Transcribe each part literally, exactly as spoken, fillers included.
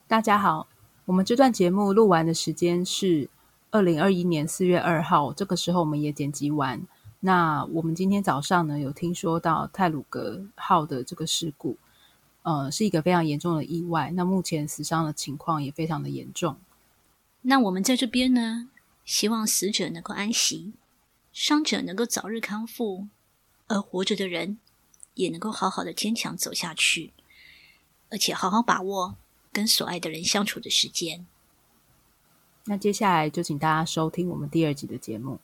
大家好，我们这段节目录完的时间是二零二一年四月二号，这个时候我们也剪辑完。那我们今天早上呢，有听说到太鲁阁号的这个事故，呃，是一个非常严重的意外。那目前死伤的情况也非常的严重。 那我们在这边呢，希望死者能够安息，伤者能够早日康复，而活着的人也能够好好的坚强走下去，而且好好把握跟所爱的人相处的时间。 那接下来就请大家收听我们第二集的节目。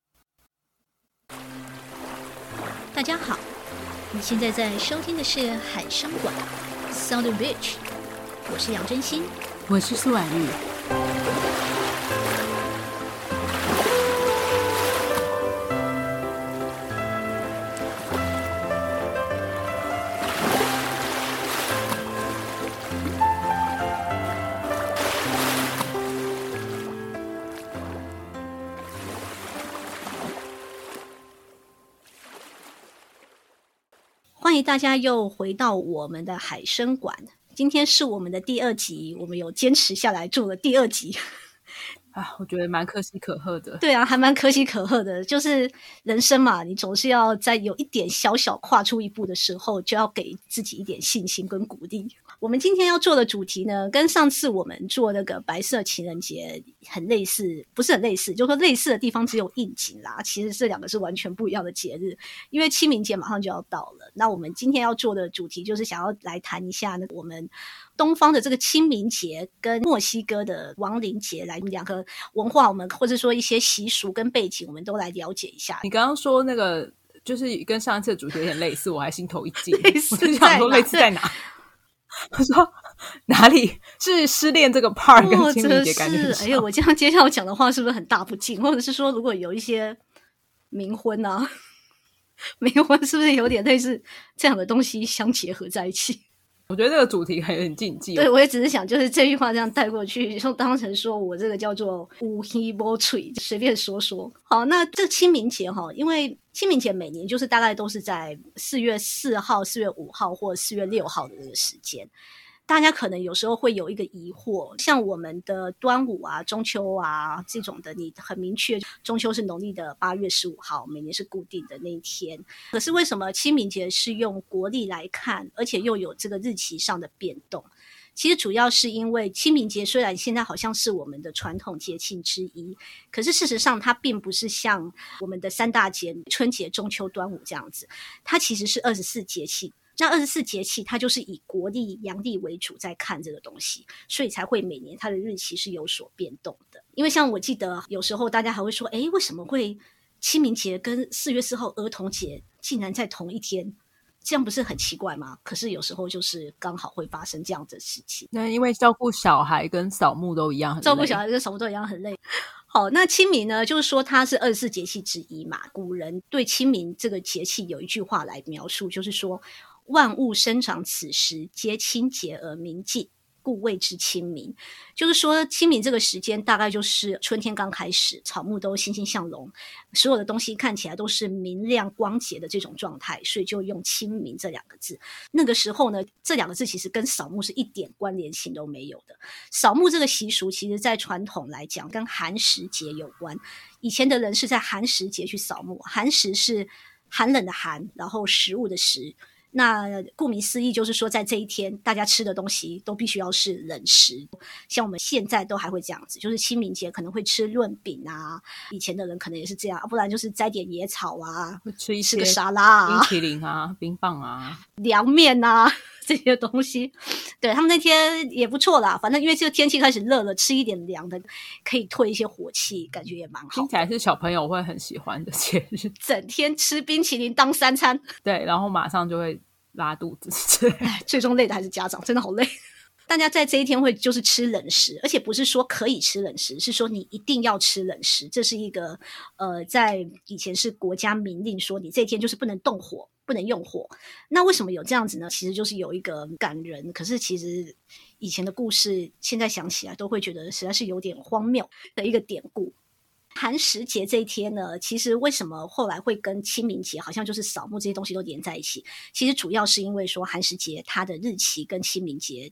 大家好，你现在在收听的是海声馆 Sound Beach， 我是杨真心， 我是苏婉玉。 欢迎大家又回到我们的海声馆，今天是我们的第二集，我们有坚持下来做了第二集啊，我觉得蛮可喜可贺的。 对啊，还蛮可喜可贺的，就是人生嘛，你总是要在有一点小小跨出一步的时候，就要给自己一点信心跟鼓励。我们今天要做的主题呢，跟上次我们做那个白色情人节很类似，不是很类似，就是说类似的地方只有应景啦，其实这两个是完全不一样的节日，因为清明节马上就要到了。那我们今天要做的主题就是想要来谈一下呢，我们东方的这个清明节跟墨西哥的亡灵节，来两个文化我们或者说一些习俗跟背景我们都来了解一下。 你刚刚说那个就是跟上一次的主题有点类似，我还心头一惊。 类似我就想说类似在哪？我说哪里是失恋这个 part 跟清明节感觉很像？ 哎呦，我这样接下来讲的话是不是很大不敬？或者是说如果有一些冥婚啊冥婚是不是有点类似这样的东西相结合在一起？ 我觉得这个主题很禁忌。 对，我也只是想就是这句话这样带过去，就当成说我这个叫做乌黑波吹，随便说说。好，那这清明节哈，因为清明节每年就是大概都是在四月四号、四月五号或四月六号的这个时间。大家可能有时候会有一个疑惑，像我们的端午啊、中秋啊这种的，你很明确，中秋是农历的八月十五号，每年是固定的那一天。可是为什么清明节是用国历来看，而且又有这个日期上的变动？其实主要是因为清明节虽然现在好像是我们的传统节庆之一，可是事实上它并不是像我们的三大节春节、中秋、端午这样子，它其实是二十四节气。那二十四节气它就是以国历阳历为主在看这个东西，所以才会每年它的日期是有所变动的。因为像我记得有时候大家还会说，诶，为什么会清明节跟四月四号儿童节竟然在同一天，这样不是很奇怪吗？可是有时候就是刚好会发生这样的事情。 那因为照顾小孩跟扫墓都一样很累， 照顾小孩跟扫墓都一样很累。好，那清明呢，就是说它是二十四节气之一嘛。古人对清明这个节气有一句话来描述，就是说万物生长此时，皆清洁而明净，故谓之清明。就是说清明这个时间大概就是春天刚开始，草木都欣欣向荣，所有的东西看起来都是明亮光洁的这种状态，所以就用清明这两个字。那个时候呢，这两个字其实跟扫墓是一点关联性都没有的。扫墓这个习俗其实在传统来讲跟寒食节有关，以前的人是在寒食节去扫墓，寒食是寒冷的寒，然后食物的食，那顾名思义就是说在这一天大家吃的东西都必须要是冷食，像我们现在都还会这样子，就是清明节可能会吃润饼啊，以前的人可能也是这样，不然就是摘点野草啊， 吃一些吃个沙拉啊、 冰淇淋啊、冰棒啊、 凉面啊这些东西。对，他们那天也不错啦，反正因为这个天气开始热了，吃一点凉的可以退一些火气，感觉也蛮好的。 听起来是小朋友会很喜欢的节日， 整天吃冰淇淋当三餐， 对，然后马上就会拉肚子。 最终累的还是家长，真的好累。大家在这一天会就是吃冷食，而且不是说可以吃冷食，是说你一定要吃冷食。这是一个呃，在以前是国家明令说你这一天就是不能动火，不能用火。那为什么有这样子呢？其实就是有一个感人，可是其实以前的故事现在想起来都会觉得实在是有点荒谬的一个典故。寒食节这一天呢，其实为什么后来会跟清明节好像就是扫墓这些东西都连在一起，其实主要是因为说寒食节它的日期跟清明节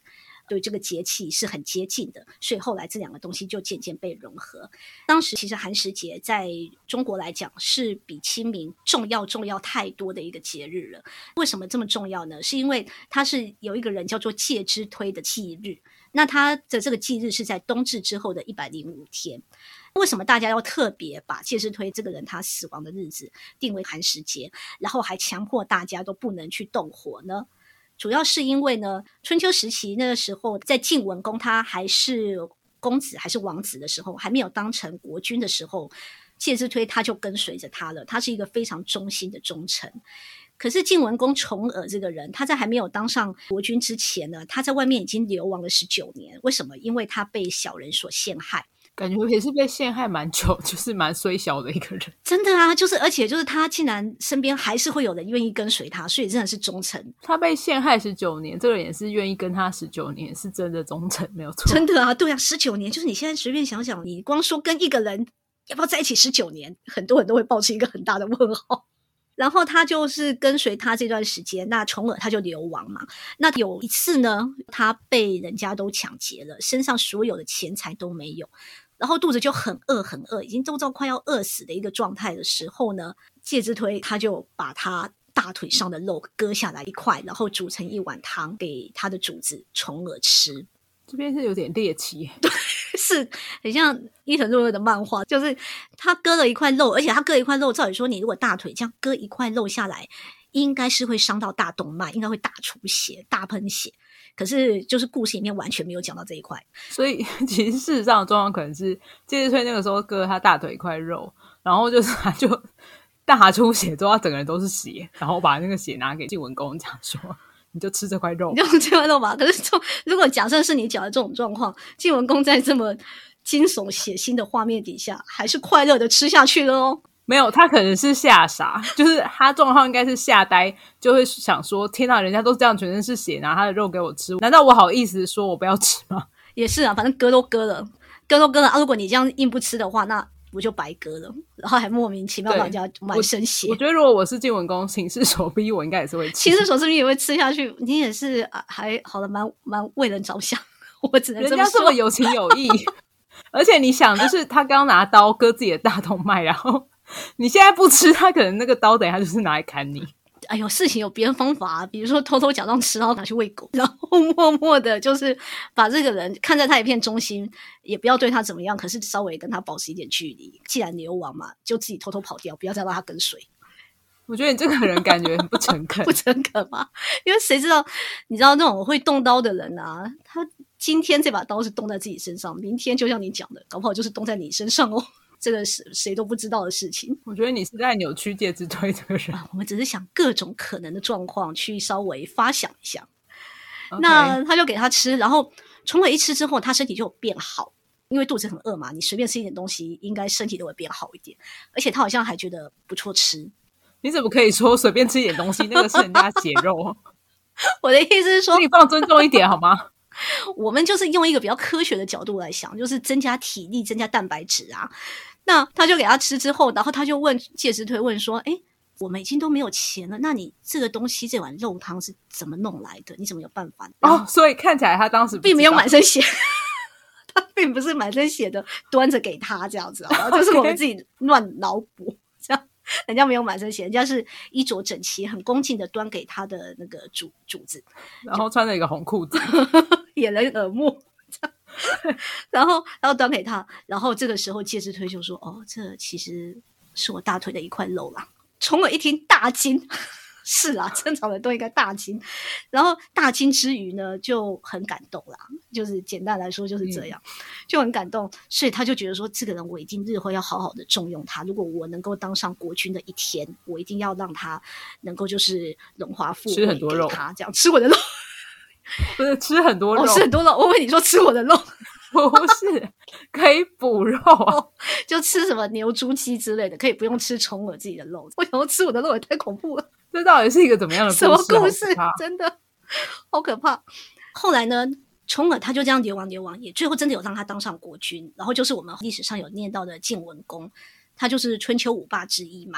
对这个节气是很接近的，所以后来这两个东西就渐渐被融合。当时其实寒食节在中国来讲是比清明重要重要太多的一个节日了。为什么这么重要呢？是因为它是有一个人叫做介之推的忌日，那他的这个忌日是在冬至之后的一百零五天。为什么大家要特别把介之推这个人他死亡的日子定为寒食节，然后还强迫大家都不能去动火呢？主要是因为呢，春秋时期那个时候，在晋文公他还是公子还是王子的时候，还没有当成国君的时候，介之推他就跟随着他了，他是一个非常忠心的忠臣。可是晋文公重耳这个人，他在还没有当上国君之前呢，他在外面已经流亡了十九年。为什么？因为他被小人所陷害。 感觉也是被陷害蛮久，就是蛮衰小的一个人。 真的啊，就是而且就是他竟然身边还是会有人愿意跟随他，所以真的是忠诚。 他被陷害十九年，这个人也是愿意跟他十九年，是真的忠诚，没有错。 真的啊，对啊，十九年，就是你现在随便想想，你光说跟一个人要不要在一起十九年，很多人都会抱持一个很大的问号。然后他就是跟随他这段时间，那重耳他就流亡嘛。那有一次呢，他被人家都抢劫了，身上所有的钱财都没有，然后肚子就很饿很饿，已经都到快要饿死的一个状态的时候呢，介之推他就把他大腿上的肉割下来一块，然后煮成一碗汤给他的主子重耳吃。 这边是有点猎奇， 对，是很像伊藤润二的漫画，就是他割了一块肉，而且他割了一块肉，照理说你如果大腿这样割一块肉下来，应该是会伤到大动脉，应该会大出血、大喷血。可是就是故事里面完全没有讲到这一块， 所以其实事实上的状况可能是介之推那个时候割了他大腿一块肉，然后就是他就大出血之后，他整个人都是血，然后把那个血拿给晋文公讲说，你就吃这块肉， 你就吃这块肉吧。可是如果假设是你讲的这种状况，晋文公在这么惊悚血腥的画面底下，还是快乐的吃下去了哦。 没有，他可能是吓傻，就是他状况应该是吓呆，就会想说天哪，人家都这样全身是血，拿他的肉给我吃，难道我好意思说我不要吃吗？ 也是啊，反正割都割了，割都割了啊！如果你这样硬不吃的话，那不就白割了，然后还莫名其妙让人家满身血。 我, 我觉得如果我是晋文公，情势所逼，我应该也是会吃。 情势所逼也会吃下去，你也是、啊、还好了，蛮蛮为人着想，我只能这么说。 人家这么有情有义，而且你想，就是他刚拿刀割自己的大动脉，然后你现在不吃，他可能那个刀等一下就是拿来砍你。 哎呦，事情有别的方法、啊，比如说偷偷假装吃，然后拿去喂狗，然后默默的，就是把这个人看在他一片忠心，也不要对他怎么样，可是稍微跟他保持一点距离。既然流亡嘛，就自己偷偷跑掉，不要再让他跟随。 我觉得你这个人感觉很不诚恳， 不诚恳吗？因为谁知道，你知道那种会动刀的人啊，他今天这把刀是动在自己身上，明天就像你讲的，搞不好就是动在你身上哦。这个是谁都不知道的事情。 我觉得你是在扭曲介之推这个人、 啊、我们只是想各种可能的状况去稍微发想一下。 Okay. 那他就给他吃，然后重耳一吃之后，他身体就有变好，因为肚子很饿嘛，你随便吃一点东西，应该身体都会变好一点。而且他好像还觉得不错吃。 你怎么可以说随便吃一点东西？那个是人家血肉。 我的意思是说， 你放尊重一点好吗？ 我们就是用一个比较科学的角度来想，就是增加体力，增加蛋白质啊。那他就给他吃之后，然后他就问介之推问说，诶，我们已经都没有钱了，那你这个东西这碗肉汤是怎么弄来的？你怎么有办法？ 哦，所以看起来他当时并没有满身血。他并不是满身血的端着给他这样子，然后就是我们自己乱脑补这样。人家没有满身血，人家是衣着整齐很恭敬的端给他的那个主主子， 然后穿了一个红裤子掩人耳目然后然后端给他，然后这个时候介之推就说，哦，这其实是我大腿的一块肉啦。重耳一听大惊，是啦，正常人都应该大惊，然后大惊之余呢就很感动啦，就是简单来说就是这样、嗯、就很感动，所以他就觉得说，这个人我一定日后要好好的重用他，如果我能够当上国君的一天，我一定要让他能够就是荣华富贵， 吃很多肉， 他这样吃我的肉不是吃很多肉、 哦、吃很多肉，我以为你说吃我的肉不是可以补肉啊、哦、 就吃什么牛猪鸡之类的，可以不用吃重耳自己的肉。我想说吃我的肉也太恐怖了， 这到底是一个怎么样的故事？ 什么故事？真的好可怕。后来呢，重耳他就这样流亡流亡，也最后真的有让他当上国君，然后就是我们历史上有念到的晋文公，他就是春秋五霸之一嘛。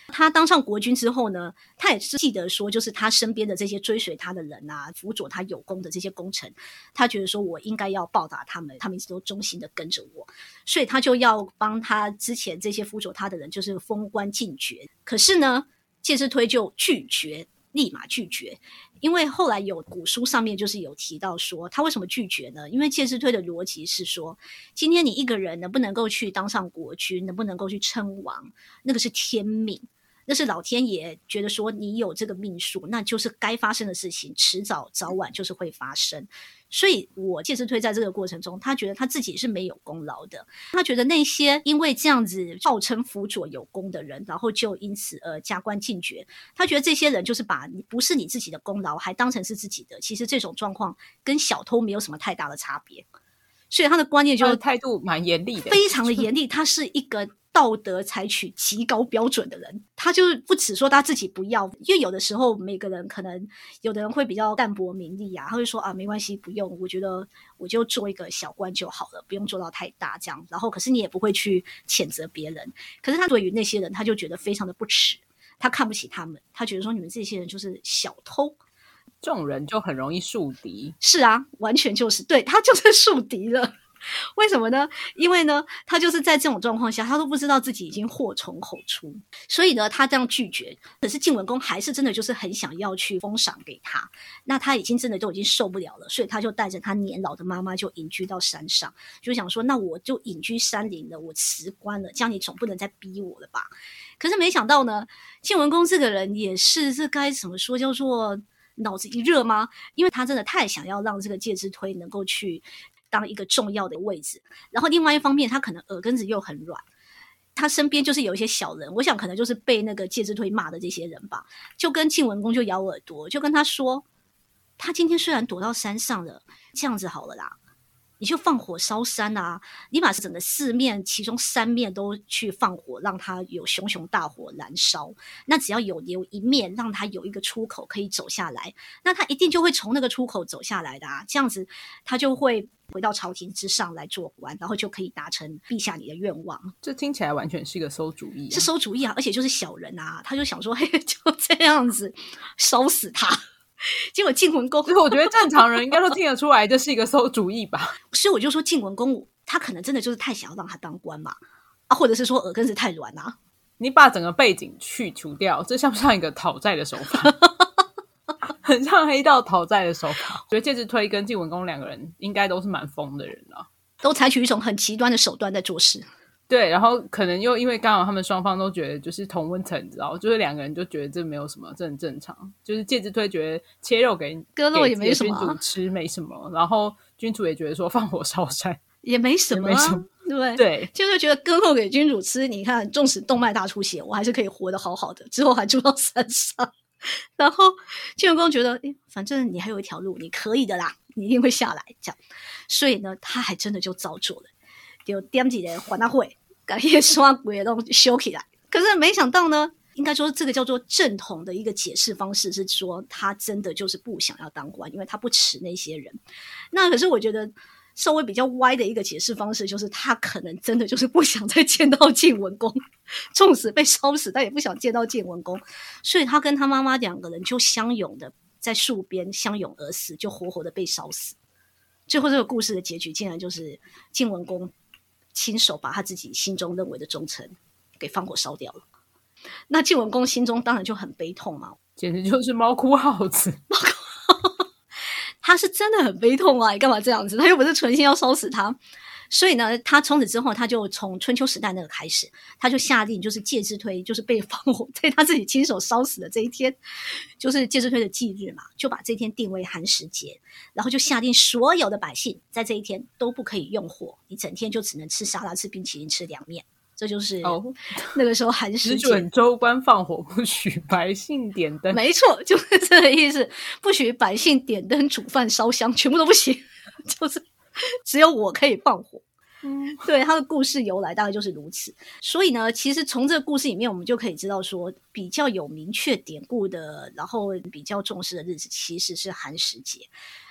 他当上国君之后呢，他也是记得说，就是他身边的这些追随他的人啊，辅佐他有功的这些功臣，他觉得说我应该要报答他们，他们一直都忠心的跟着我，所以他就要帮他之前这些辅佐他的人就是封官进爵。可是呢，介之推就拒绝，立马拒绝。因为后来有古书上面就是有提到说他为什么拒绝呢？因为介之推的逻辑是说，今天你一个人能不能够去当上国君，能不能够去称王，那个是天命，那是老天爷觉得说你有这个命数，那就是该发生的事情，迟早早晚就是会发生。所以我介之推在这个过程中，他觉得他自己是没有功劳的，他觉得那些因为这样子号称辅佐有功的人，然后就因此而加官进爵，他觉得这些人就是把你不是你自己的功劳还当成是自己的，其实这种状况跟小偷没有什么太大的差别。所以他的观念就态度蛮严厉的， 非常的严厉，他是一个道德采取极高标准的人，他就不只说他自己不要，因为有的时候每个人可能有的人会比较淡泊名利啊，他会说啊没关系不用，我觉得我就做一个小官就好了，不用做到太大这样，然后可是你也不会去谴责别人，可是他对于那些人他就觉得非常的不耻，他看不起他们，他觉得说你们这些人就是小偷， 这种人就很容易树敌。 是啊，完全就是对，他就是树敌了。为什么呢？因为呢他就是在这种状况下他都不知道自己已经祸从口出，所以呢他这样拒绝，可是晋文公还是真的就是很想要去封赏给他，那他已经真的都已经受不了了，所以他就带着他年老的妈妈就隐居到山上，就想说那我就隐居山林了，我辞官了，这样你总不能再逼我了吧。可是没想到呢，晋文公这个人也是这该怎么说叫做脑子一热吗？因为他真的太想要让这个介之推能够去当一个重要的位置，然后另外一方面他可能耳根子又很软，他身边就是有一些小人，我想可能就是被那个介之推骂的这些人吧，就跟晋文公就咬耳朵，就跟他说他今天虽然躲到山上了，这样子好了啦，你就放火烧山啊，你把整个四面其中三面都去放火，让它有熊熊大火燃烧，那只要有留一面让它有一个出口可以走下来，那他一定就会从那个出口走下来的啊，这样子他就会回到朝廷之上来做官，然后就可以达成陛下你的愿望。 这听起来完全是一个馊主意、啊、 是馊主意啊，而且就是小人啊，他就想说嘿就这样子烧死他，结果晋文公我觉得正常人应该都听得出来这是一个馊主意吧。 所以我就说晋文公他可能真的就是太想要让他当官嘛，啊，或者是说耳根子太软啊。 你把整个背景去除掉，这像不像一个讨债的手法？很像黑道讨债的手法。我觉得介之推跟晋文公两个人应该都是蛮疯的人啊， 都采取一种很极端的手段在做事。 对，然后可能又因为刚好他们双方都觉得就是同温层，你知道，就是两个人就觉得这没有什么，这很正常。就是介之推觉得切肉给割肉也没什么、啊、 君主吃没什么，然后君主也觉得说放火烧山也没什么、啊， 也没什么， 对不对？ 对， 就是觉得割肉给君主吃，你看纵使动脉大出血，我还是可以活得好好的，之后还住到山上。然后晋文公觉得诶反正你还有一条路，你可以的啦，你一定会下来这样，所以呢他还真的就照做了，就点几个还他会把那些刷鬼都修起来。可是没想到呢，应该说这个叫做正统的一个解释方式是说他真的就是不想要当官，因为他不耻那些人。那可是我觉得稍微比较歪的一个解释方式就是他可能真的就是不想再见到晋文公，纵使被烧死他也不想见到晋文公，所以他跟他妈妈两个人就相拥的在树边相拥而死，就活活的被烧死。最后这个故事的结局竟然就是晋文公亲手把他自己心中认为的忠臣给放火烧掉了。那晋文公心中当然就很悲痛嘛， 简直就是猫哭耗子。 他是真的很悲痛啊，你干嘛这样子？他又不是存心要烧死他。所以呢他从此之后他就从春秋时代那个开始，他就下令就是介之推就是被放火在他自己亲手烧死的这一天，就是介之推的忌日嘛，就把这天定为寒食节，然后就下令所有的百姓在这一天都不可以用火，你整天就只能吃沙拉吃冰淇淋吃凉面，这就是那个时候寒食节。只准州官放火，不许百姓点灯。 没错，就是这个意思，不许百姓点灯煮饭烧香，全部都不行，就是只有我可以放火。嗯，对，他的故事由来大概就是如此。所以呢其实从这个故事里面我们就可以知道说，比较有明确典故的然后比较重视的日子其实是寒食节。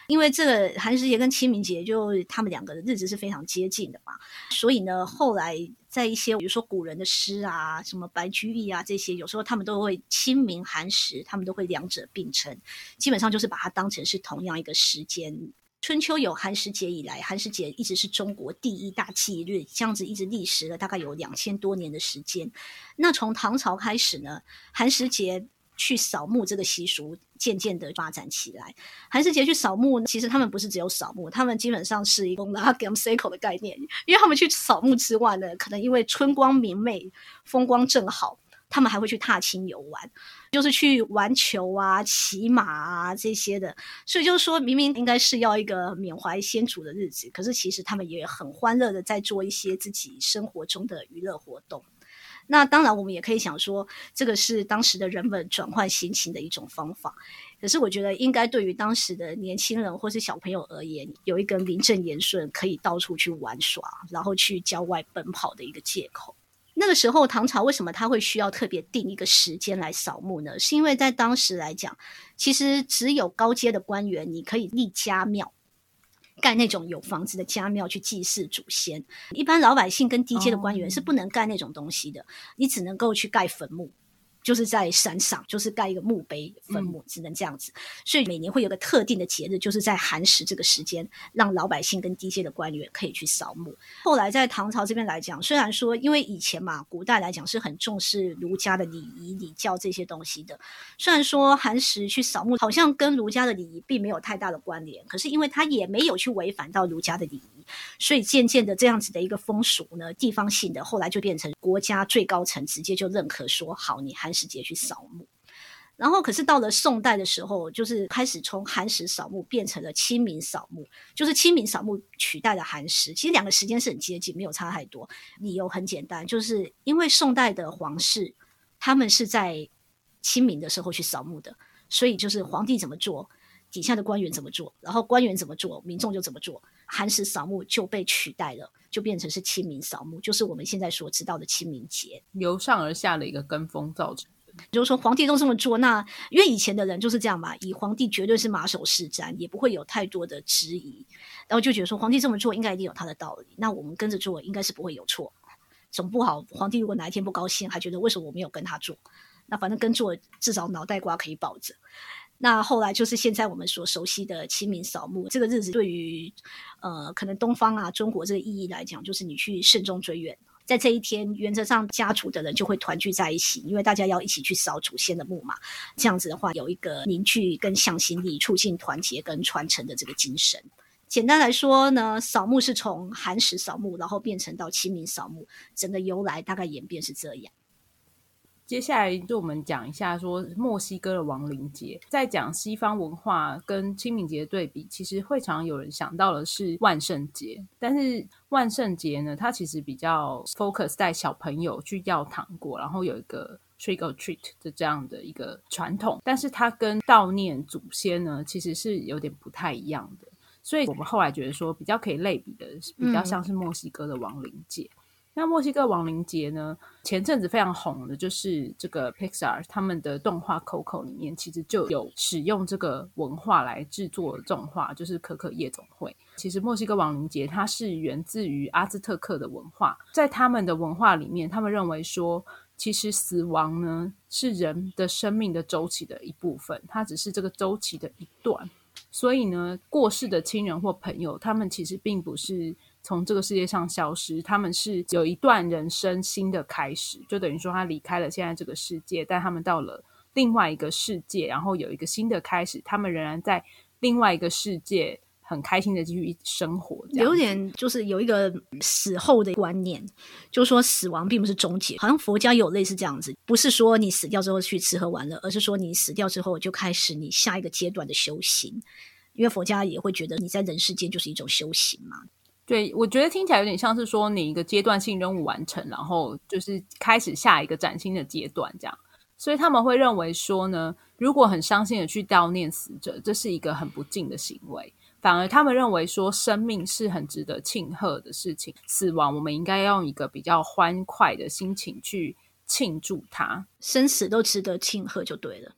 因为这个寒食节跟清明节就他们两个的日子是非常接近的嘛，所以呢后来在一些比如说古人的诗啊，什么白居易啊这些，有时候他们都会清明寒食，他们都会两者并称，基本上就是把它当成是同样一个时间。春秋有寒食节以来，寒食节一直是中国第一大祭日，这样子一直历时了大概有两千多年的时间。那从唐朝开始呢，寒食节去扫墓这个习俗渐渐的发展起来。寒食节去扫墓，其实他们不是只有扫墓，他们基本上是一个拉 gam cycle 的概念，因为他们去扫墓之外呢，可能因为春光明媚，风光正好，他们还会去踏青游玩，就是去玩球啊、骑马啊这些的。所以就是说明明应该是要一个缅怀先祖的日子，可是其实他们也很欢乐的在做一些自己生活中的娱乐活动。那当然我们也可以想说，这个是当时的人们转换心情的一种方法，可是我觉得应该对于当时的年轻人或是小朋友而言，有一个名正言顺可以到处去玩耍，然后去郊外奔跑的一个借口。那个时候唐朝为什么他会需要特别定一个时间来扫墓呢？是因为在当时来讲，其实只有高阶的官员你可以立家庙，盖那种有房子的家庙去祭祀祖先，一般老百姓跟低阶的官员是不能盖那种东西的，你只能够去盖坟墓，就是在山上，就是盖一个墓碑坟墓，只能这样子。所以每年会有个特定的节日，就是在寒食这个时间，让老百姓跟低阶的官员可以去扫墓。后来在唐朝这边来讲，虽然说因为以前嘛，古代来讲是很重视儒家的礼仪礼教这些东西的，虽然说寒食去扫墓好像跟儒家的礼仪并没有太大的关联，可是因为他也没有去违反到儒家的礼仪，所以渐渐的这样子的一个风俗呢，地方性的后来就变成国家最高层直接就认可说，好，你寒食节去扫墓。然后可是到了宋代的时候，就是开始从寒食扫墓变成了清明扫墓，就是清明扫墓取代了寒食，其实两个时间是很接近，没有差太多。理由很简单，就是因为宋代的皇室他们是在清明的时候去扫墓的，所以就是皇帝怎么做，底下的官员怎么做，然后官员怎么做，民众就怎么做，寒食扫墓就被取代了，就变成是清明扫墓，就是我们现在所知道的清明节， 由上而下的一个跟风造成。 就是说皇帝都这么做，那因为以前的人就是这样嘛，以皇帝绝对是马首是瞻，也不会有太多的质疑，然后就觉得说皇帝这么做应该一定有他的道理，那我们跟着做应该是不会有错，总不好皇帝如果哪一天不高兴还觉得为什么我没有跟他做，那反正跟做至少脑袋瓜可以保着。那后来就是现在我们所熟悉的清明扫墓这个日子，对于呃可能东方啊中国这个意义来讲，就是你去慎终追远，在这一天原则上家族的人就会团聚在一起，因为大家要一起去扫祖先的墓嘛，这样子的话有一个凝聚跟向心力，促进团结跟传承的这个精神。简单来说呢，扫墓是从寒食扫墓然后变成到清明扫墓，整个由来大概演变是这样。 接下来就我们讲一下说墨西哥的亡灵节。在讲西方文化跟清明节的对比，其实会常有人想到的是万圣节，但是万圣节呢，它其实比较 focus 在小朋友去要糖果，然后有一个 trick or treat 的这样的一个传统，但是它跟悼念祖先呢其实是有点不太一样的，所以我们后来觉得说比较可以类比的比较像是墨西哥的亡灵节。嗯，那墨西哥亡灵节呢，前阵子非常红的就是这个 Pixar 他们的动画 Coco 里面其实就有使用这个文化来制作动画，就是可可夜总会。其实墨西哥亡灵节它是源自于阿兹特克的文化，在他们的文化里面，他们认为说其实死亡呢是人的生命的周期的一部分，它只是这个周期的一段，所以呢过世的亲人或朋友他们其实并不是从这个世界上消失，他们是有一段人生新的开始，就等于说他离开了现在这个世界，但他们到了另外一个世界，然后有一个新的开始，他们仍然在另外一个世界很开心的继续生活。 有点就是有一个死后的观念，就是说死亡并不是终结，好像佛家有类似这样子，不是说你死掉之后去吃喝玩乐，而是说你死掉之后就开始你下一个阶段的修行，因为佛家也会觉得你在人世间就是一种修行嘛。 对，我觉得听起来有点像是说你一个阶段性任务完成，然后就是开始下一个崭新的阶段这样。所以他们会认为说呢，如果很伤心的去悼念死者，这是一个很不敬的行为，反而他们认为说生命是很值得庆贺的事情，死亡我们应该要用一个比较欢快的心情去庆祝它， 生死都值得庆贺就对了。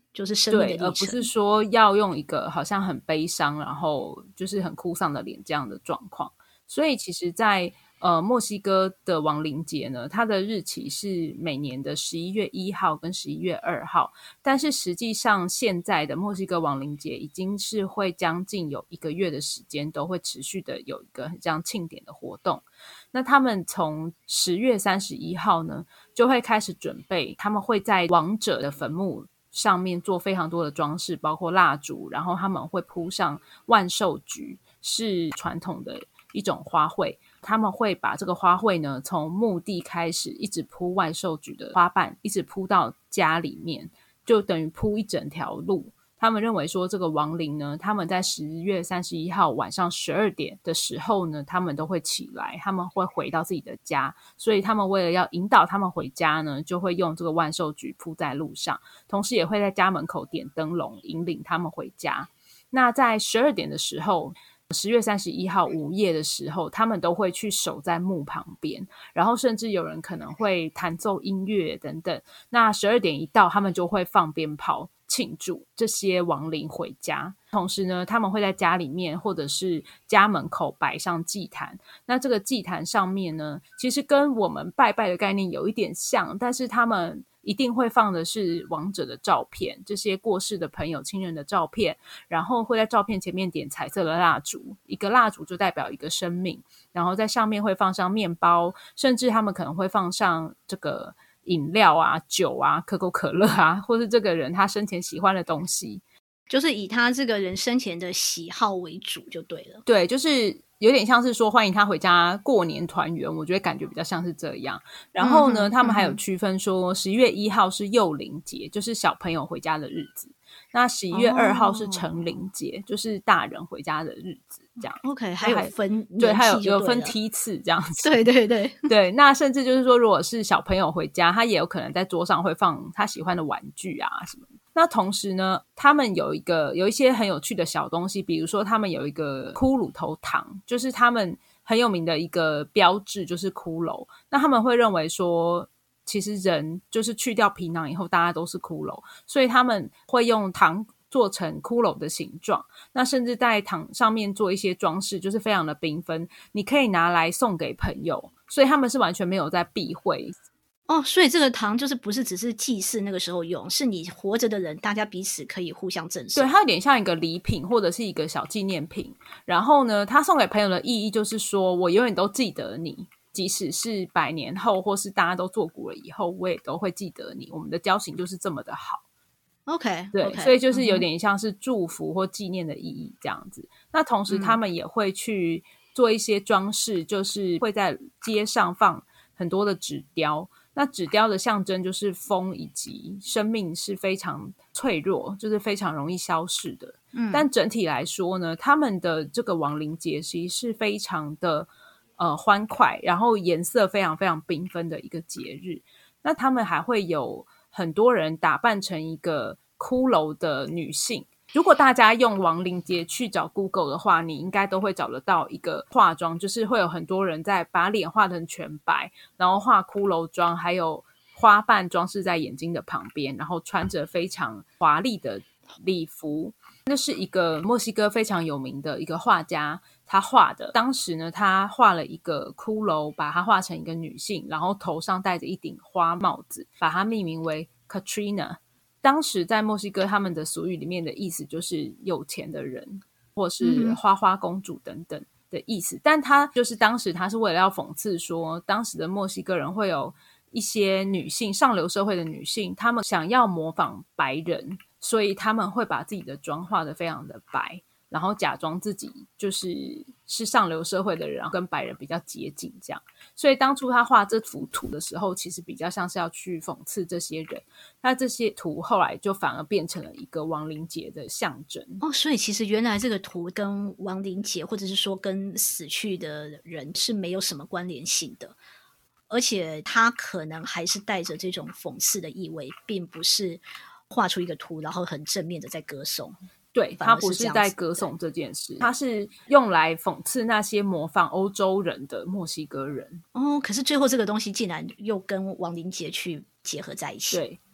就是生命的对， 历程， 而不是说要用一个好像很悲伤然后就是很哭丧的脸这样的状况。所以其实在呃墨西哥的亡灵节呢，它的日期是每年的十一月一号跟十一月二号，但是实际上现在的墨西哥亡灵节已经是会将近有一个月的时间都会持续的有一个很像庆典的活动。那他们从十月三十一号呢就会开始准备，他们会在亡者的坟墓上面做非常多的装饰，包括蜡烛，然后他们会铺上万寿菊，是传统的一种花卉。他们会把这个花卉呢从墓地开始一直铺万寿菊的花瓣，一直铺到家里面，就等于铺一整条路。他们认为说这个亡灵呢，他们在十月三十一号晚上十二点的时候呢，他们都会起来，他们会回到自己的家，所以他们为了要引导他们回家呢，就会用这个万寿菊铺在路上，同时也会在家门口点灯笼引领他们回家。那在十二点的时候，十月三十一号午夜的时候，他们都会去守在墓旁边，然后甚至有人可能会弹奏音乐等等。那十二点一到，他们就会放鞭炮庆祝这些亡灵回家。同时呢，他们会在家里面或者是家门口摆上祭坛。那这个祭坛上面呢，其实跟我们拜拜的概念有一点像，但是他们一定会放的是亡者的照片，这些过世的朋友亲人的照片，然后会在照片前面点彩色的蜡烛，一个蜡烛就代表一个生命，然后在上面会放上面包，甚至他们可能会放上这个饮料啊、酒啊、可口可乐啊，或是这个人他生前喜欢的东西， 就是以他这个人生前的喜好为主就对了。 对，就是有点像是说欢迎他回家过年团圆，我觉得感觉比较像是这样。然后呢、 嗯、 他们还有区分说十一月一号是幼灵节，就是小朋友回家的日子，那十一月二号是成灵节、哦、就是大人回家的日子这样。 OK， 还有分对，还有对有分梯次这样子。 对对对对，那甚至就是说如果是小朋友回家，他也有可能在桌上会放他喜欢的玩具啊什么的。那同时呢，他们有一个有一些很有趣的小东西，比如说他们有一个骷髅头糖，就是他们很有名的一个标志，就是骷髅。那他们会认为说其实人就是去掉皮囊以后大家都是骷髅，所以他们会用糖做成骷髅的形状，那甚至在糖上面做一些装饰，就是非常的缤纷，你可以拿来送给朋友，所以他们是完全没有在避讳。 哦，所以这个糖就是不是只是祭祀那个时候用，是你活着的人大家彼此可以互相赠送。 对，它有点像一个礼品或者是一个小纪念品。然后呢，他送给朋友的意义就是说我永远都记得你，即使是百年后或是大家都作古了以后，我也都会记得你，我们的交情就是这么的好。 OK， 对 okay, 所以就是有点像是祝福或纪念的意义这样子、嗯、那同时他们也会去做一些装饰、嗯、就是会在街上放很多的纸雕，那纸雕的象征就是风以及生命是非常脆弱，就是非常容易消逝的、嗯、但整体来说呢，他们的这个亡灵节其实是非常的呃欢快，然后颜色非常非常缤纷的一个节日。那他们还会有很多人打扮成一个骷髅的女性，如果大家用亡灵节去找 Google 的话，你应该都会找得到一个化妆，就是会有很多人在把脸画成全白，然后画骷髅妆，还有花瓣装饰在眼睛的旁边，然后穿着非常华丽的礼服。那是一个墨西哥非常有名的一个画家他画的，当时呢他画了一个骷髅，把它画成一个女性，然后头上戴着一顶花帽子，把它命名为 Katrina。 当时在墨西哥他们的俗语里面的意思就是有钱的人或是花花公主等等的意思、嗯、但他就是当时他是为了要讽刺说当时的墨西哥人会有一些女性，上流社会的女性，她们想要模仿白人，所以他们会把自己的妆画得非常的白，然后假装自己就是是上流社会的人，然后跟白人比较接近这样。所以当初他画这幅图的时候，其实比较像是要去讽刺这些人，那这些图后来就反而变成了一个亡灵节的象征。 哦，所以其实原来这个图跟亡灵节或者是说跟死去的人是没有什么关联性的，而且他可能还是带着这种讽刺的意味，并不是画出一个图然后很正面的在歌颂。 对，他不是在歌颂这件事，他是用来讽刺那些模仿欧洲人的墨西哥人。 哦，可是最后这个东西竟然又跟亡灵节去结合在一起。 对，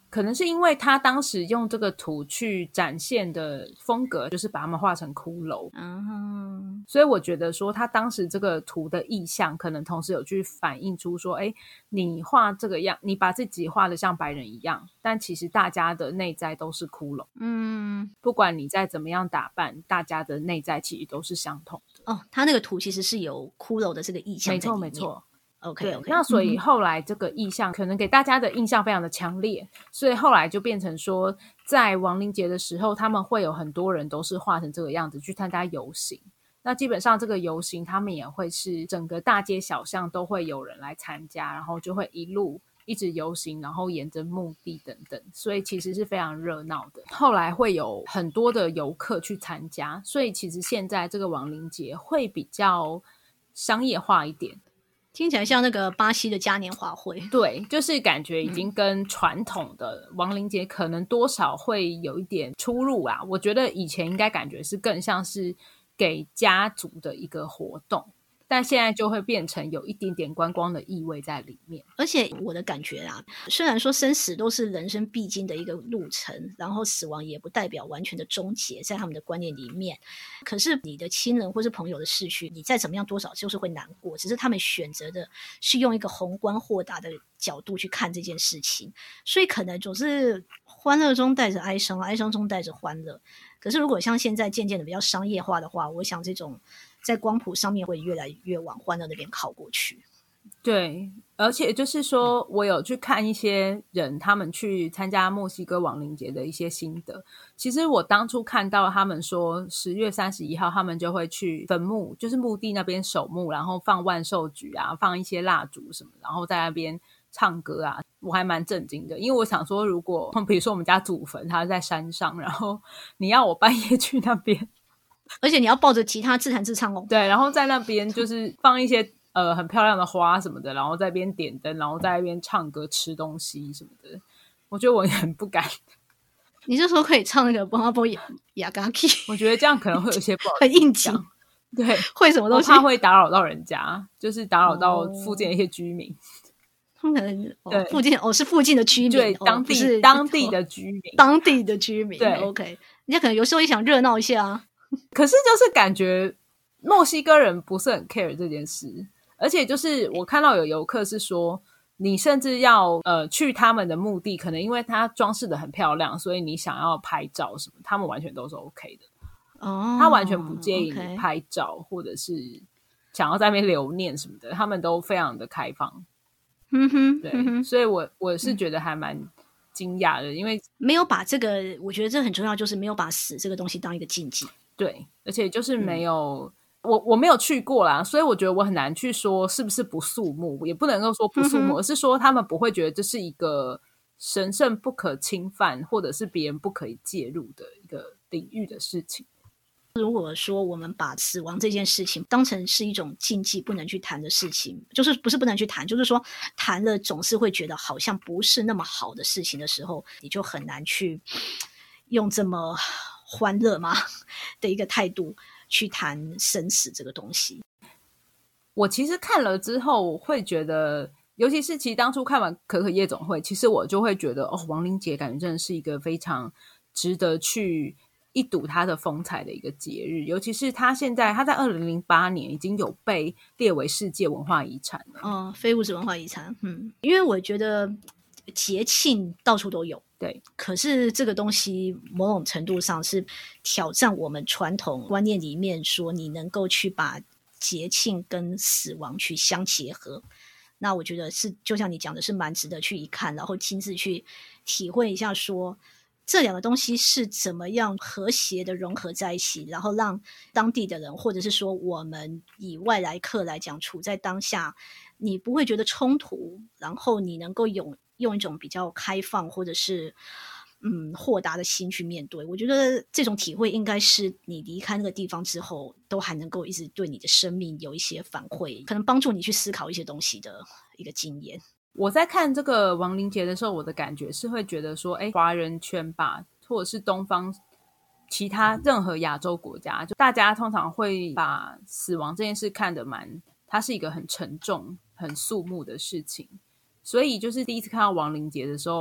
可能是因为他当时用这个图去展现的风格就是把他们画成骷髅、嗯、所以我觉得说他当时这个图的意象可能同时有去反映出说，哎，你画这个样，你把自己画得像白人一样，但其实大家的内在都是骷髅，嗯，不管你再怎么样打扮，大家的内在其实都是相同的。 哦，他那个图其实是有骷髅的这个意象在里面。 没错没错 OK OK， 那所以后来这个意象可能给大家的印象非常的强烈，所以后来就变成说在亡灵节的时候他们会有很多人都是画成这个样子去参加游行，那基本上这个游行他们也会是整个大街小巷都会有人来参加，然后就会一路一直游行，然后沿着墓地等等，所以其实是非常热闹的。后来会有很多的游客去参加，所以其实现在这个亡灵节会比较商业化一点， 听起来像那个巴西的嘉年华会。 对，就是感觉已经跟传统的亡灵节可能多少会有一点出入啦。我觉得以前应该感觉是更像是给家族的一个活动，但现在就会变成有一点点观光的意味在里面。 而且我的感觉啊，虽然说生死都是人生必经的一个路程，然后死亡也不代表完全的终结，在他们的观念里面，可是你的亲人或是朋友的逝去，你再怎么样多少就是会难过，只是他们选择的是用一个宏观豁达的角度去看这件事情，所以可能总是欢乐中带着哀伤，哀伤中带着欢乐。可是如果像现在渐渐的比较商业化的话，我想这种在光谱上面会越来越往欢乐那边靠过去。 对，而且就是说我有去看一些人他们去参加墨西哥亡灵节的一些心得，其实我当初看到他们说十月三十一号他们就会去坟墓，就是墓地那边守墓，然后放万寿菊啊，放一些蜡烛什么，然后在那边唱歌啊，我还蛮震惊的，因为我想说如果比如说我们家祖坟它在山上，然后你要我半夜去那边， 而且你要抱着吉他自弹自唱哦。 对，然后在那边就是放一些呃很漂亮的花什么的，然后在那边点灯，然后在那边唱歌吃东西什么的，我觉得我也很不敢。 你这时候可以唱那个波阿波雅嘎 k 我觉得这样可能会有一些不好很应景， 对， 会什么东西？ 我怕会打扰到人家，就是打扰到附近的一些居民。 他们可能、哦、附近哦是附近的居民， 对，当地、 哦、是当地的居民， 当地的居民。 对 ，OK， 人家可能有时候也想热闹一下啊。 可是就是感觉墨西哥人不是很 care 这件事，而且就是我看到有游客是说，你甚至要呃去他们的墓地，可能因为他装饰的很漂亮，所以你想要拍照什么，他们完全都是 OK 的。 哦， 他完全不介意你 okay 拍照，或者是想要在那边留念什么的，他们都非常的开放。 嗯哼， 对， 嗯哼， 所以我我是觉得还蛮惊讶的，因为没有把这个，我觉得这很重要，就是没有把死这个东西当一个禁忌。 对，而且就是没有、嗯、我我没有去过啦，所以我觉得我很难去说是不是不肃穆，也不能够说不肃穆、嗯、而是说他们不会觉得这是一个神圣不可侵犯或者是别人不可以介入的一个领域的事情。 如果说我们把死亡这件事情当成是一种禁忌不能去谈的事情，就是不是不能去谈，就是说谈了总是会觉得好像不是那么好的事情的时候，你就很难去用这么欢乐嘛的一个态度去谈生死这个东西。 我其实看了之后会觉得，尤其是其实当初看完可可夜总会，其实我就会觉得哦，亡灵节感觉真的是一个非常值得去一睹它的风采的一个节日，尤其是它现在它在二零零八年已经有被列为世界文化遗产了。 嗯，非物质文化遗产。嗯，因为我觉得节庆到处都有， 对， 可是这个东西某种程度上是挑战我们传统观念里面说你能够去把节庆跟死亡去相结合。那我觉得是就像你讲的是蛮值得去一看，然后亲自去体会一下说这两个东西是怎么样和谐的融合在一起，然后让当地的人或者是说我们以外来客来讲处在当下，你不会觉得冲突，然后你能够用用一种比较开放或者是嗯豁达的心去面对。我觉得这种体会应该是你离开那个地方之后都还能够一直对你的生命有一些反馈，可能帮助你去思考一些东西的一个经验。 我在看这个亡灵节的时候，我的感觉是会觉得说，哎，华人圈吧，或者是东方其他任何亚洲国家，就大家通常会把死亡这件事看得蛮，它是一个很沉重很肃穆的事情，所以就是第一次看到亡灵节的时候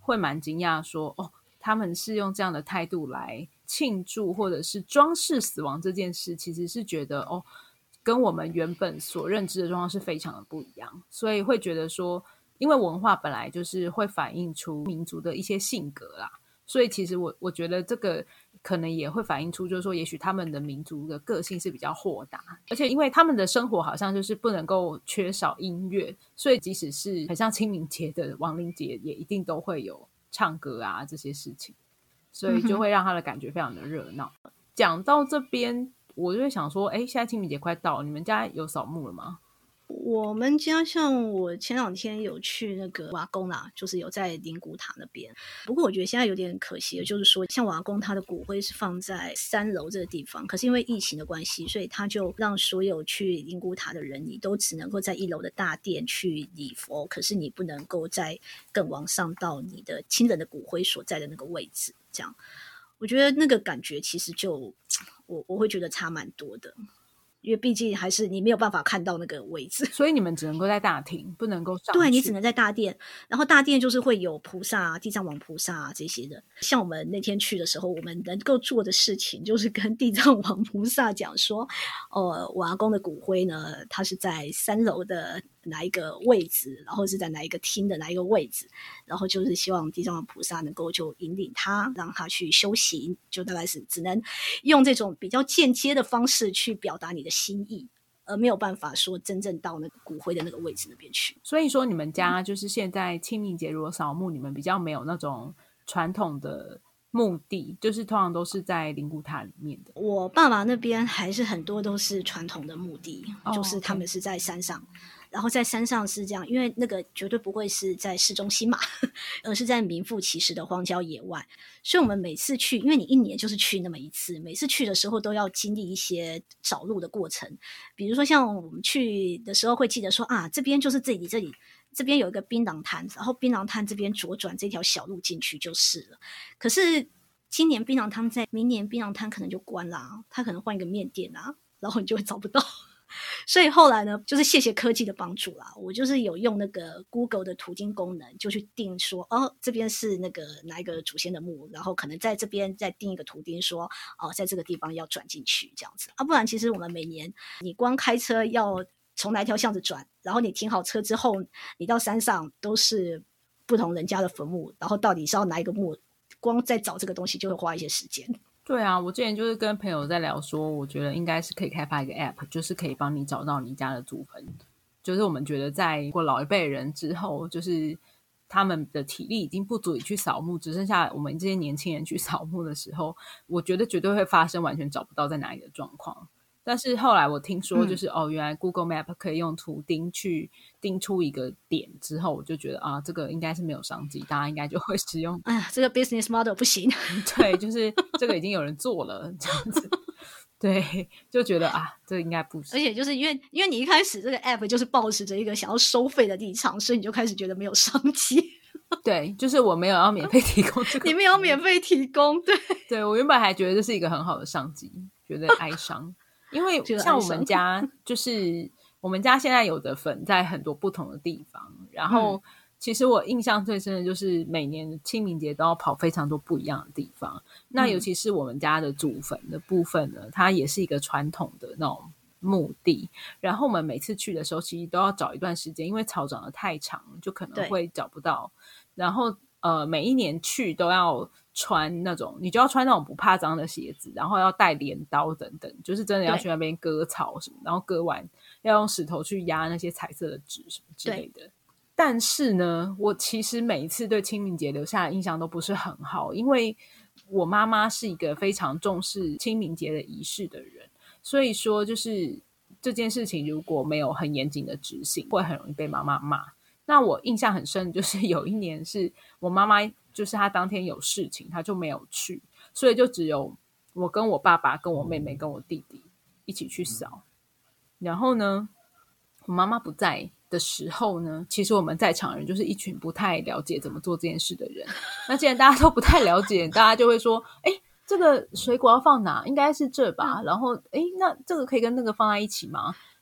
会蛮惊讶说哦，他们是用这样的态度来庆祝或者是装饰死亡这件事，其实是觉得哦，跟我们原本所认知的状况是非常的不一样，所以会觉得说因为文化本来就是会反映出民族的一些性格啦，所以其实我我觉得这个可能也会反映出就是说也许他们的民族的个性是比较豁达，而且因为他们的生活好像就是不能够缺少音乐，所以即使是很像清明节的亡灵节也一定都会有唱歌啊这些事情，所以就会让他的感觉非常的热闹。讲、嗯、到这边我就会想说，哎，现在清明节快到了，你们家有扫墓了吗？ 我们家像我前两天有去那个瓦工啦，就是有在灵骨塔那边。不过我觉得现在有点可惜的，就是说像瓦工他的骨灰是放在三楼这个地方，可是因为疫情的关系，所以他就让所有去灵骨塔的人，你都只能够在一楼的大殿去礼佛，可是你不能够再更往上到你的亲人的骨灰所在的那个位置。这样，我觉得那个感觉其实就我我会觉得差蛮多的。因为毕竟还是你没有办法看到那个位置， 所以你们只能够在大厅，不能够上去。 对，你只能在大殿，然后大殿就是会有菩萨啊、地藏王菩萨啊这些的。像我们那天去的时候，我们能够做的事情就是跟地藏王菩萨讲说，呃，我阿公的骨灰呢，他是在三楼的哪一个位置，然后是在哪一个厅的哪一个位置，然后就是希望地藏王菩萨能够就引领他，让他去修行，就大概是只能用这种比较间接的方式去表达你的心意，而没有办法说真正到那个骨灰的那个位置那边去。 所以说你们家就是现在清明节如果扫墓，你们比较没有那种传统的墓地，就是通常都是在灵骨塔里面的。 我爸爸那边还是很多都是传统的墓地， 哦、 就是他们是在山上，然后在山上是这样，因为那个绝对不会是在市中心嘛，而是在名副其实的荒郊野外。所以我们每次去，因为你一年就是去那么一次，每次去的时候都要经历一些找路的过程。比如说像我们去的时候会记得说啊，这边就是这里这里这边有一个槟榔摊，然后槟榔摊这边左转这条小路进去就是了。可是今年槟榔摊在，明年槟榔摊可能就关啦，他可能换一个面店啊，然后你就会找不到。所以后来呢，就是谢谢科技的帮助啦，我就是有用那个 Google 的途径功能，就去定说，哦，这边是那个哪一个祖先的墓，然后可能在这边再定一个图钉说，哦，在这个地方要转进去这样子啊，不然其实我们每年你光开车要从哪一条巷子转，然后你停好车之后，你到山上都是不同人家的坟墓，然后到底是要哪一个墓，光在找这个东西就会花一些时间。 对啊，我之前就是跟朋友在聊说，我觉得应该是可以开发一个 app， 就是可以帮你找到你家的祖坟。就是我们觉得在过老一辈人之后，就是他们的体力已经不足以去扫墓，只剩下我们这些年轻人去扫墓的时候，我觉得绝对会发生完全找不到在哪里的状况。但是后来我听说就是、嗯、哦，原来 Google Map 可以用图钉去钉出一个点之后，我就觉得啊，这个应该是没有商机，大家应该就会使用。 哎呀，这个 business model 不行。 对，就是这个已经有人做了这样子。对，就觉得啊，这应该不是。 而且就是因为因为你一开始这个 app 就是抱持着一个想要收费的立场，所以你就开始觉得没有商机。 对，就是我没有要免费提供这个， 你没有免费提供，对， 对我原本还觉得这是一个很好的商机，觉得哀伤。因为像我们家就是我们家现在有的坟在很多不同的地方，然后其实我印象最深的就是每年清明节都要跑非常多不一样的地方，那尤其是我们家的祖坟的部分呢，它也是一个传统的那种墓地，然后我们每次去的时候其实都要找一段时间，因为草长得太长就可能会找不到，然后呃，每一年去都要穿那种，你就要穿那种不怕脏的鞋子，然后要带镰刀等等，就是真的要去那边割草什么，然后割完要用石头去压那些彩色的纸什么之类的。但是呢，我其实每一次对清明节留下的印象都不是很好，因为我妈妈是一个非常重视清明节的仪式的人，所以说就是这件事情如果没有很严谨的执行，会很容易被妈妈骂。那我印象很深就是有一年是我妈妈就是她当天有事情她就没有去，所以就只有我跟我爸爸跟我妹妹跟我弟弟一起去扫。然后呢我妈妈不在的时候呢，其实我们在场人就是一群不太了解怎么做这件事的人。那既然大家都不太了解，大家就会说诶这个水果要放哪？应该是这吧。然后诶那这个可以跟那个放在一起吗？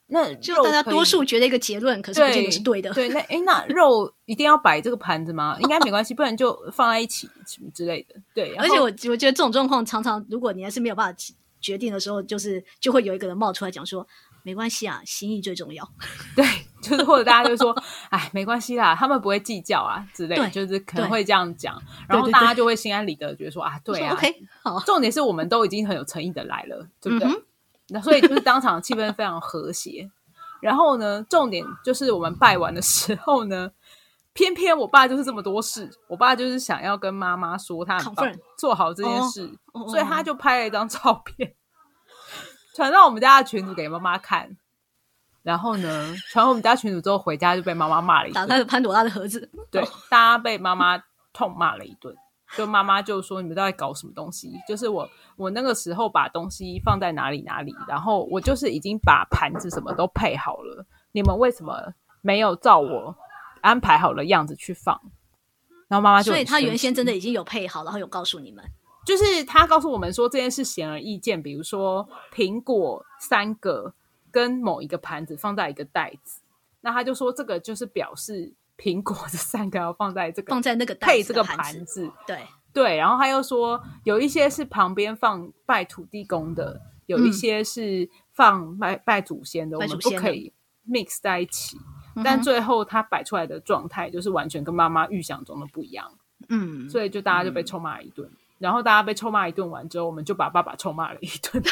那就大家多数觉得一个结论，可是不见得是对的。 对，对那诶那肉一定要摆这个盘子吗？应该没关系，不然就放在一起什么之类的。对， 而且我我觉得这种状况常常，如果你还是没有办法决定的时候，就是就会有一个人冒出来讲说，没关系啊，心意最重要。 对，就是或者大家就说，哎，没关系啦，他们不会计较啊之类的，就是可能会这样讲，然后大家就会心安理得，觉得说啊，对啊 ，OK， 好。 重点是我们都已经很有诚意的来了，对不对？嗯、那所以就是当场气氛非常和谐。然后呢，重点就是我们拜完的时候呢，偏偏我爸就是这么多事，我爸就是想要跟妈妈说他很棒做好这件事，哦、所以他就拍了一张照片，传到我们家的群组给妈妈看。然后呢，传我们家群组之后，回家就被妈妈骂了一顿， 打开了潘朵拉的盒子。 对，大家被妈妈痛骂了一顿。就妈妈就说你们都在搞什么东西，就是我我那个时候把东西放在哪里哪里，然后我就是已经把盘子什么都配好了，你们为什么没有照我安排好的样子去放？然后妈妈就， 所以他原先真的已经有配好，然后有告诉你们， 就是他告诉我们说这件事显而易见，比如说苹果三个跟某一个盘子放在一个袋子，那他就说这个就是表示苹果这三个要放在这个放在那个配这个盘子， 对对。然后他又说有一些是旁边放拜土地公的，有一些是放拜、嗯、拜祖先的，我们不可以 mix 在一起。嗯、但最后他摆出来的状态就是完全跟妈妈预想中的不一样，嗯，所以就大家就被臭骂一顿、嗯、然后大家被臭骂一顿完之后，我们就把爸爸臭骂了一顿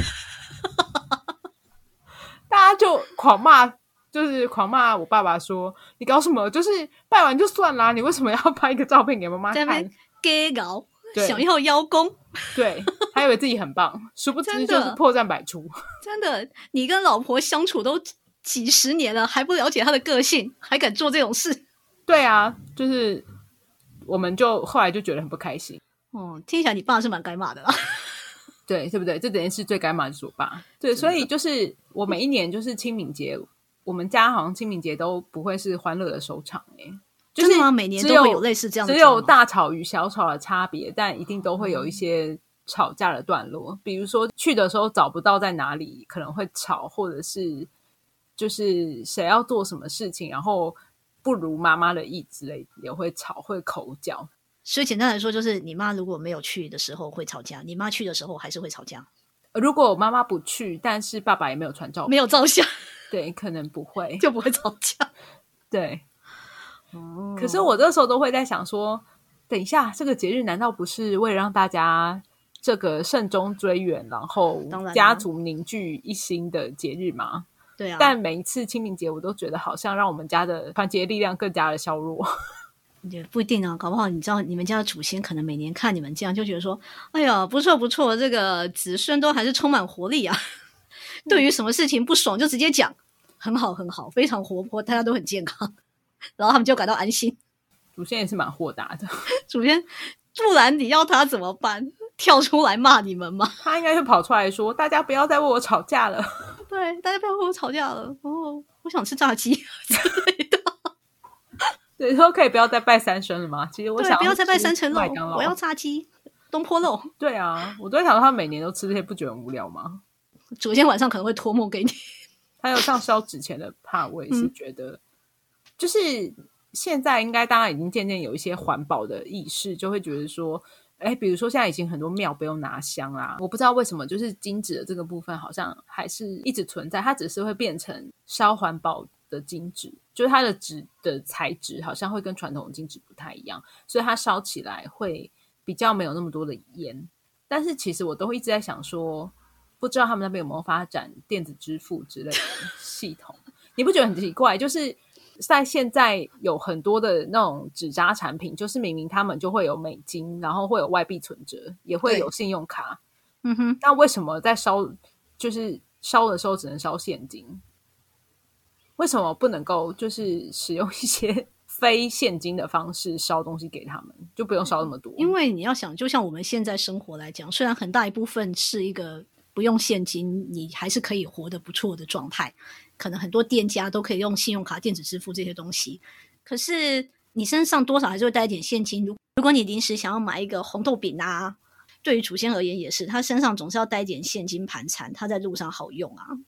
大家就狂骂，就是狂骂我爸爸说你搞什么，就是拜完就算啦，你为什么要拍一个照片给妈妈看， 在那边假搞想要邀功， 对，还以为自己很棒殊不知就是破绽百出真的，你跟老婆相处都几十年了，还不了解她的个性，还敢做这种事。 对啊，就是我们就后来就觉得很不开心。 哦，听起来你爸是蛮该骂的啦对，对不对？这整件事最该骂的是我爸。对，所以就是我每一年就是清明节，我们家好像清明节都不会是欢乐的收场欸，就是每年都会有类似这样的， 只有大吵与小吵的差别，但一定都会有一些吵架的段落、嗯、比如说去的时候找不到在哪里可能会吵，或者是就是谁要做什么事情然后不如妈妈的意之类也会吵，会口角。 所以简单来说就是你妈如果没有去的时候会吵架，你妈去的时候还是会吵架。 如果妈妈不去但是爸爸也没有传照片， 没有照相， 对，可能不会就不会吵架。 对、哦、可是我这时候都会在想说，等一下这个节日难道不是为了让大家这个慎终追远，然后家族凝聚一心的节日吗？ 对啊， 但每一次清明节我都觉得好像让我们家的团结力量更加的削弱。 也不一定啊，搞不好你知道你们家的祖先可能每年看你们这样就觉得说，哎呀不错不错，这个子孙都还是充满活力啊对于什么事情不爽就直接讲，很好很好，非常活泼，大家都很健康，然后他们就感到安心。 祖先也是蛮豁达的祖先不然你要他怎么办？跳出来骂你们吗？ 他应该会跑出来说大家不要再为我吵架了对，大家不要为我吵架了哦，我想吃炸鸡之类的对，说可以不要再拜三牲了吗？其实我想不要再拜三层肉，我要炸鸡东坡肉。对啊，我都在想他每年都吃这些不觉得很无聊吗？ 昨天晚上可能会托梦给你。 还有像烧纸钱的怕，我也是觉得、嗯、就是现在应该大家已经渐渐有一些环保的意识，就会觉得说哎，比如说现在已经很多庙不用拿香啦，我不知道为什么就是金纸的这个部分好像还是一直存在，它只是会变成烧环保的金纸，就是它的纸的材质好像会跟传统的金纸不太一样，所以它烧起来会比较没有那么多的烟。但是其实我都会一直在想说，不知道他们那边有没有发展电子支付之类的系统你不觉得很奇怪？就是在现在有很多的那种纸扎产品，就是明明他们就会有美金，然后会有外币存折，也会有信用卡，嗯哼，那为什么在烧就是烧的时候只能烧现金？为什么不能够就是使用一些非现金的方式烧东西给他们，就不用烧那么多？ 因为你要想，就像我们现在生活来讲，虽然很大一部分是一个不用现金你还是可以活得不错的状态，可能很多店家都可以用信用卡电子支付这些东西，可是你身上多少还是会带一点现金。如果你临时想要买一个红豆饼啊，对于祖先而言也是，他身上总是要带一点现金盘缠，他在路上好用啊。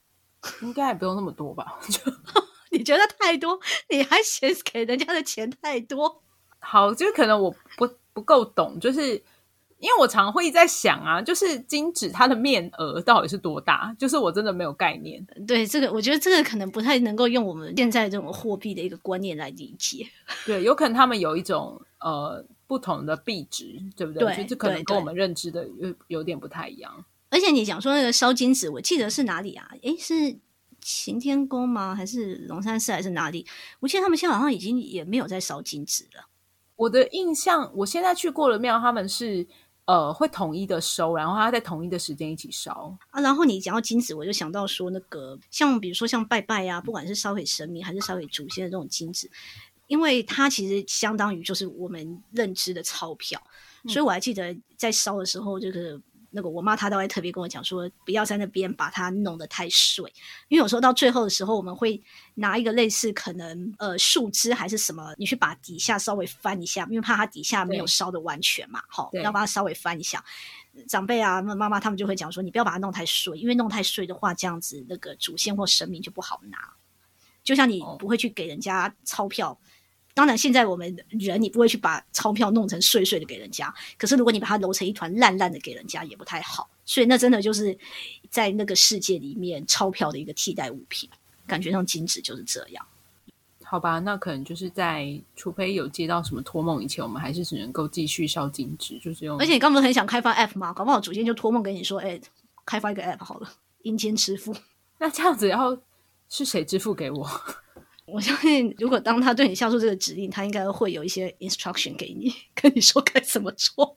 应该也不用那么多吧？ 你觉得太多，你还嫌给人家的钱太多？ 好，就可能我不不够懂，就是因为我常会在想啊，就是金纸它的面额到底是多大？就是我真的没有概念。 对，这个我觉得这个可能不太能够用我们现在这种货币的一个观念来理解。 对，有可能他们有一种呃不同的币值，对不对？ 对， 所以这可能跟我们认知的有有点不太一样。 而且你讲说那个烧金纸，我记得是哪里啊？诶，是擎天宫吗？还是龙山寺还是哪里？我记得他们现在好像已经也没有在烧金纸了。 我的印象，我现在去过的庙，他们是呃会统一的收，然后他在统一的时间一起烧啊。然后你讲到金纸，我就想到说那个像比如说像拜拜啊，不管是烧给神明还是烧给祖先的这种金纸，因为它其实相当于就是我们认知的钞票，嗯、所以我还记得在烧的时候，这个那个我妈她都会特别跟我讲说，不要在那边把它弄得太碎，因为有时候到最后的时候，我们会拿一个类似可能呃树枝还是什么，你去把底下稍微翻一下，因为怕它底下没有烧的完全嘛，好，要把它稍微翻一下。长辈啊妈妈他们就会讲说，你不要把它弄太碎，因为弄太碎的话，这样子那个祖先或神明就不好拿。就像你不会去给人家钞票。哦，当然现在我们人你不会去把钞票弄成碎碎的给人家，可是如果你把它揉成一团烂烂的给人家也不太好，所以那真的就是在那个世界里面钞票的一个替代物品，感觉上金纸就是这样。 好吧，那可能就是在除非有接到什么托梦以前，我们还是只能够继续烧金纸，就是用。 而且你刚不是很想开发 app 吗？搞不好祖先就托梦给你说，哎、欸，开发一个 app 好了，阴间支付。 那这样子要是谁支付给我？ 我相信如果当他对你下出这个指令，他应该会有一些 instruction 给你，跟你说该怎么做。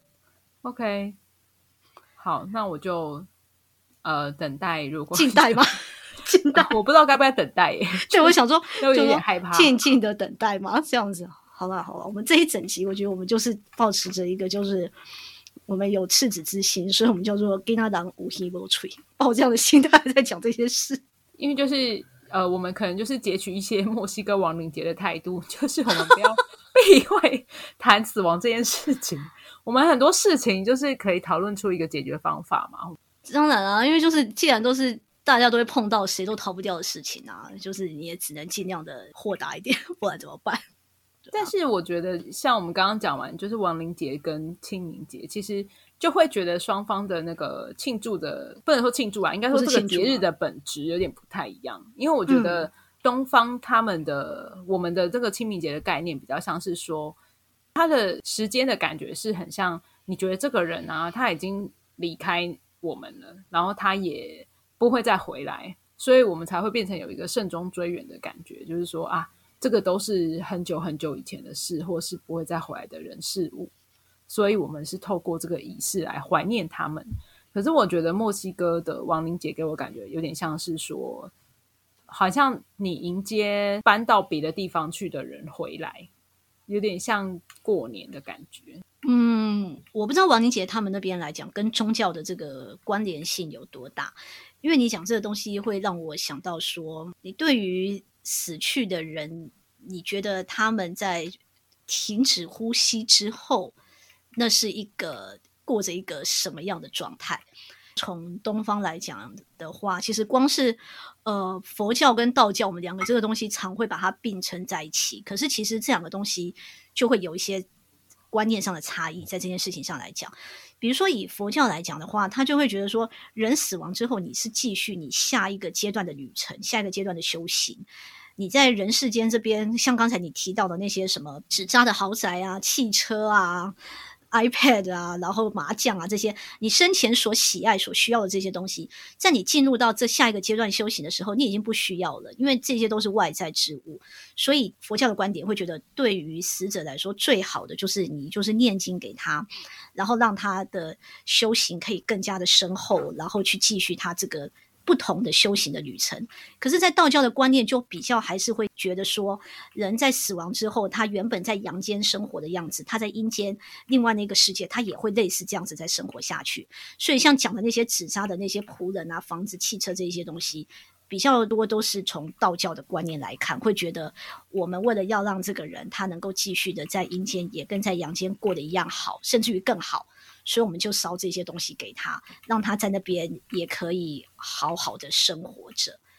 OK， 好，那我就呃等待，如果静待吗？静待我不知道该不该等待耶。 对，我想说有点害怕， 静静的等待吗？这样子。好了好了，我们这一整集我觉得我们就是抱持着一个就是我们有赤子之心，所以我们叫做跟他当无希无吹，抱这样的心态在讲这些事。 因为就是呃，我们可能就是截取一些墨西哥亡灵节的态度，就是我们不要避讳谈死亡这件事情。我们很多事情就是可以讨论出一个解决方法嘛。 当然啊，因为就是既然都是大家都会碰到，谁都逃不掉的事情啊，就是你也只能尽量的豁达一点，不然怎么办？ 但是我觉得像我们刚刚讲完就是亡灵节跟清明节，其实就会觉得双方的那个庆祝的，不能说庆祝啊，应该说这个节日的本质有点不太一样。因为我觉得东方他们的、嗯、我们的这个清明节的概念比较像是说他的时间的感觉是很像你觉得这个人啊他已经离开我们了，然后他也不会再回来，所以我们才会变成有一个慎终追远的感觉，就是说啊这个都是很久很久以前的事，或是不会再回来的人事物，所以我们是透过这个仪式来怀念他们。可是我觉得墨西哥的亡灵节给我感觉有点像是说好像你迎接搬到别的地方去的人回来，有点像过年的感觉。 嗯，我不知道亡灵节他们那边来讲跟宗教的这个关联性有多大，因为你讲这个东西会让我想到说，你对于死去的人，你觉得他们在停止呼吸之后，那是一个过着一个什么样的状态？从东方来讲的话，其实光是呃佛教跟道教，我们两个这个东西常会把它并称在一起，可是其实这两个东西就会有一些观念上的差异，在这件事情上来讲。比如说以佛教来讲的话，他就会觉得说人死亡之后你是继续你下一个阶段的旅程，下一个阶段的修行。你在人世间这边，像刚才你提到的那些什么纸扎的豪宅啊、汽车啊、iPad 啊，然后麻将啊，这些你生前所喜爱所需要的这些东西，在你进入到这下一个阶段修行的时候，你已经不需要了，因为这些都是外在之物。所以佛教的观点会觉得，对于死者来说最好的就是你就是念经给他，然后让他的修行可以更加的深厚，然后去继续他这个不同的修行的旅程。可是在道教的观念就比较还是会觉得说，人在死亡之后，他原本在阳间生活的样子，他在阴间另外那个世界他也会类似这样子在生活下去。所以像讲的那些纸扎的那些仆人啊、房子、汽车这些东西，比较多都是从道教的观念来看，会觉得我们为了要让这个人他能够继续的在阴间也跟在阳间过得一样好，甚至于更好，所以我们就烧这些东西给他，让他在那边也可以好好的生活着。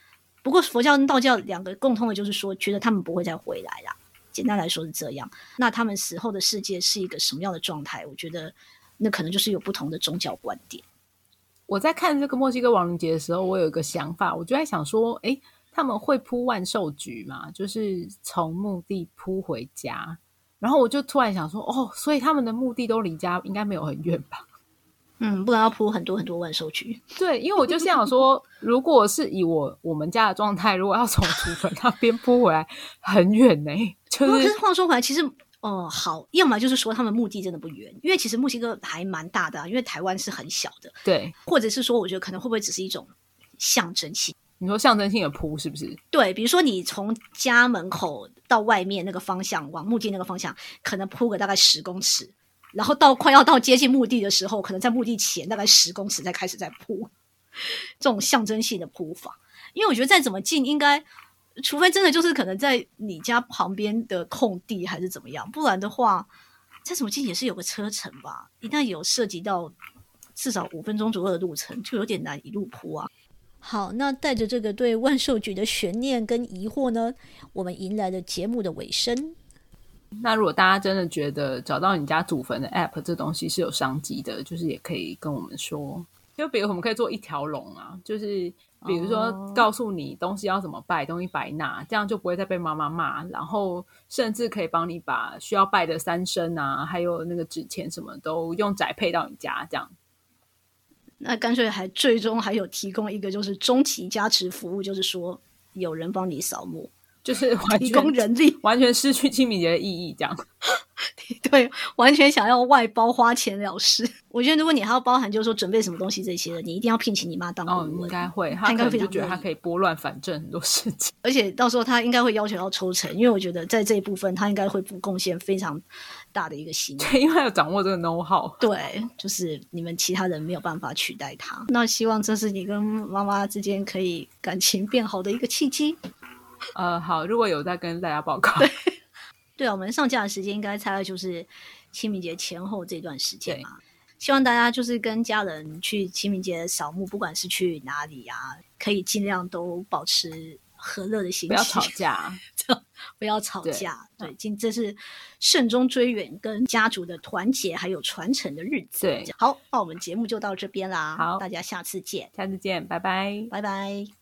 不过佛教跟道教两个共通的就是说，觉得他们不会再回来啦。简单来说是这样。那他们死后的世界是一个什么样的状态？我觉得那可能就是有不同的宗教观点。 我在看这个墨西哥亡灵节的时候，我有一个想法，我就在想说，诶，他们会铺万寿菊嘛？就是从墓地铺回家。然后我就突然想说，哦，所以他们的墓地都离家应该没有很远吧？ 嗯，不然要铺很多很多万寿菊。 对，因为我就想说，如果是以我我们家的状态，如果要从祖坟那边铺回来，很远呢、欸。就是， 可是话说回来，其实哦、呃，好，要么就是说他们墓地真的不远，因为其实墨西哥还蛮大的、啊，因为台湾是很小的。 对， 或者是说，我觉得可能会不会只是一种象征性？ 你说象征性的铺是不是？ 对，比如说你从家门口到外面那个方向，往墓地那个方向，可能铺个大概十公尺。然后到快要到接近墓地的时候，可能在墓地前大概十公尺再开始在铺这种象征性的铺法。因为我觉得再怎么近，应该除非真的就是可能在你家旁边的空地还是怎么样，不然的话再怎么近也是有个车程吧。一旦有涉及到至少五分钟左右的路程，就有点难一路铺啊。好，那带着这个对万寿菊的悬念跟疑惑呢，我们迎来了节目的尾声。 那如果大家真的觉得找到你家祖坟的 app 这东西是有商机的，就是也可以跟我们说。就比如我们可以做一条龙啊，就是比如说告诉你东西要怎么拜，东西摆哪，这样就不会再被妈妈骂，然后甚至可以帮你把需要拜的三牲啊，还有那个纸钱什么都用宅配到你家，这样。 那干脆还最终还有提供一个就是中期加持服务，就是说有人帮你扫墓， 就是完全提供人力， 完全失去清明节的意义，这样。 对，完全想要外包花钱了事。我觉得如果你还要包含就是说准备什么东西这些的，你一定要聘请你妈当顾问。 哦，应该会，他可能就觉得他可以拨乱反正很多事情， 而且到时候他应该会要求要抽成，因为我觉得在这一部分他应该会贡献非常大的一个心力， 对，因为他有掌握这个 know how。 对，就是你们其他人没有办法取代他。那希望这是你跟妈妈之间可以感情变好的一个契机。 呃，好，如果有再跟大家报告。 对，对啊，我们上架的时间应该大概就是清明节前后这段时间嘛。希望大家就是跟家人去清明节扫墓，不管是去哪里啊，可以尽量都保持和乐的心情， 不要吵架， 不要吵架。对，对，这是慎终追远跟家族的团结还有传承的日子。 对， 好，那我们节目就到这边啦。 好， 大家下次见， 下次见，拜拜， 拜拜。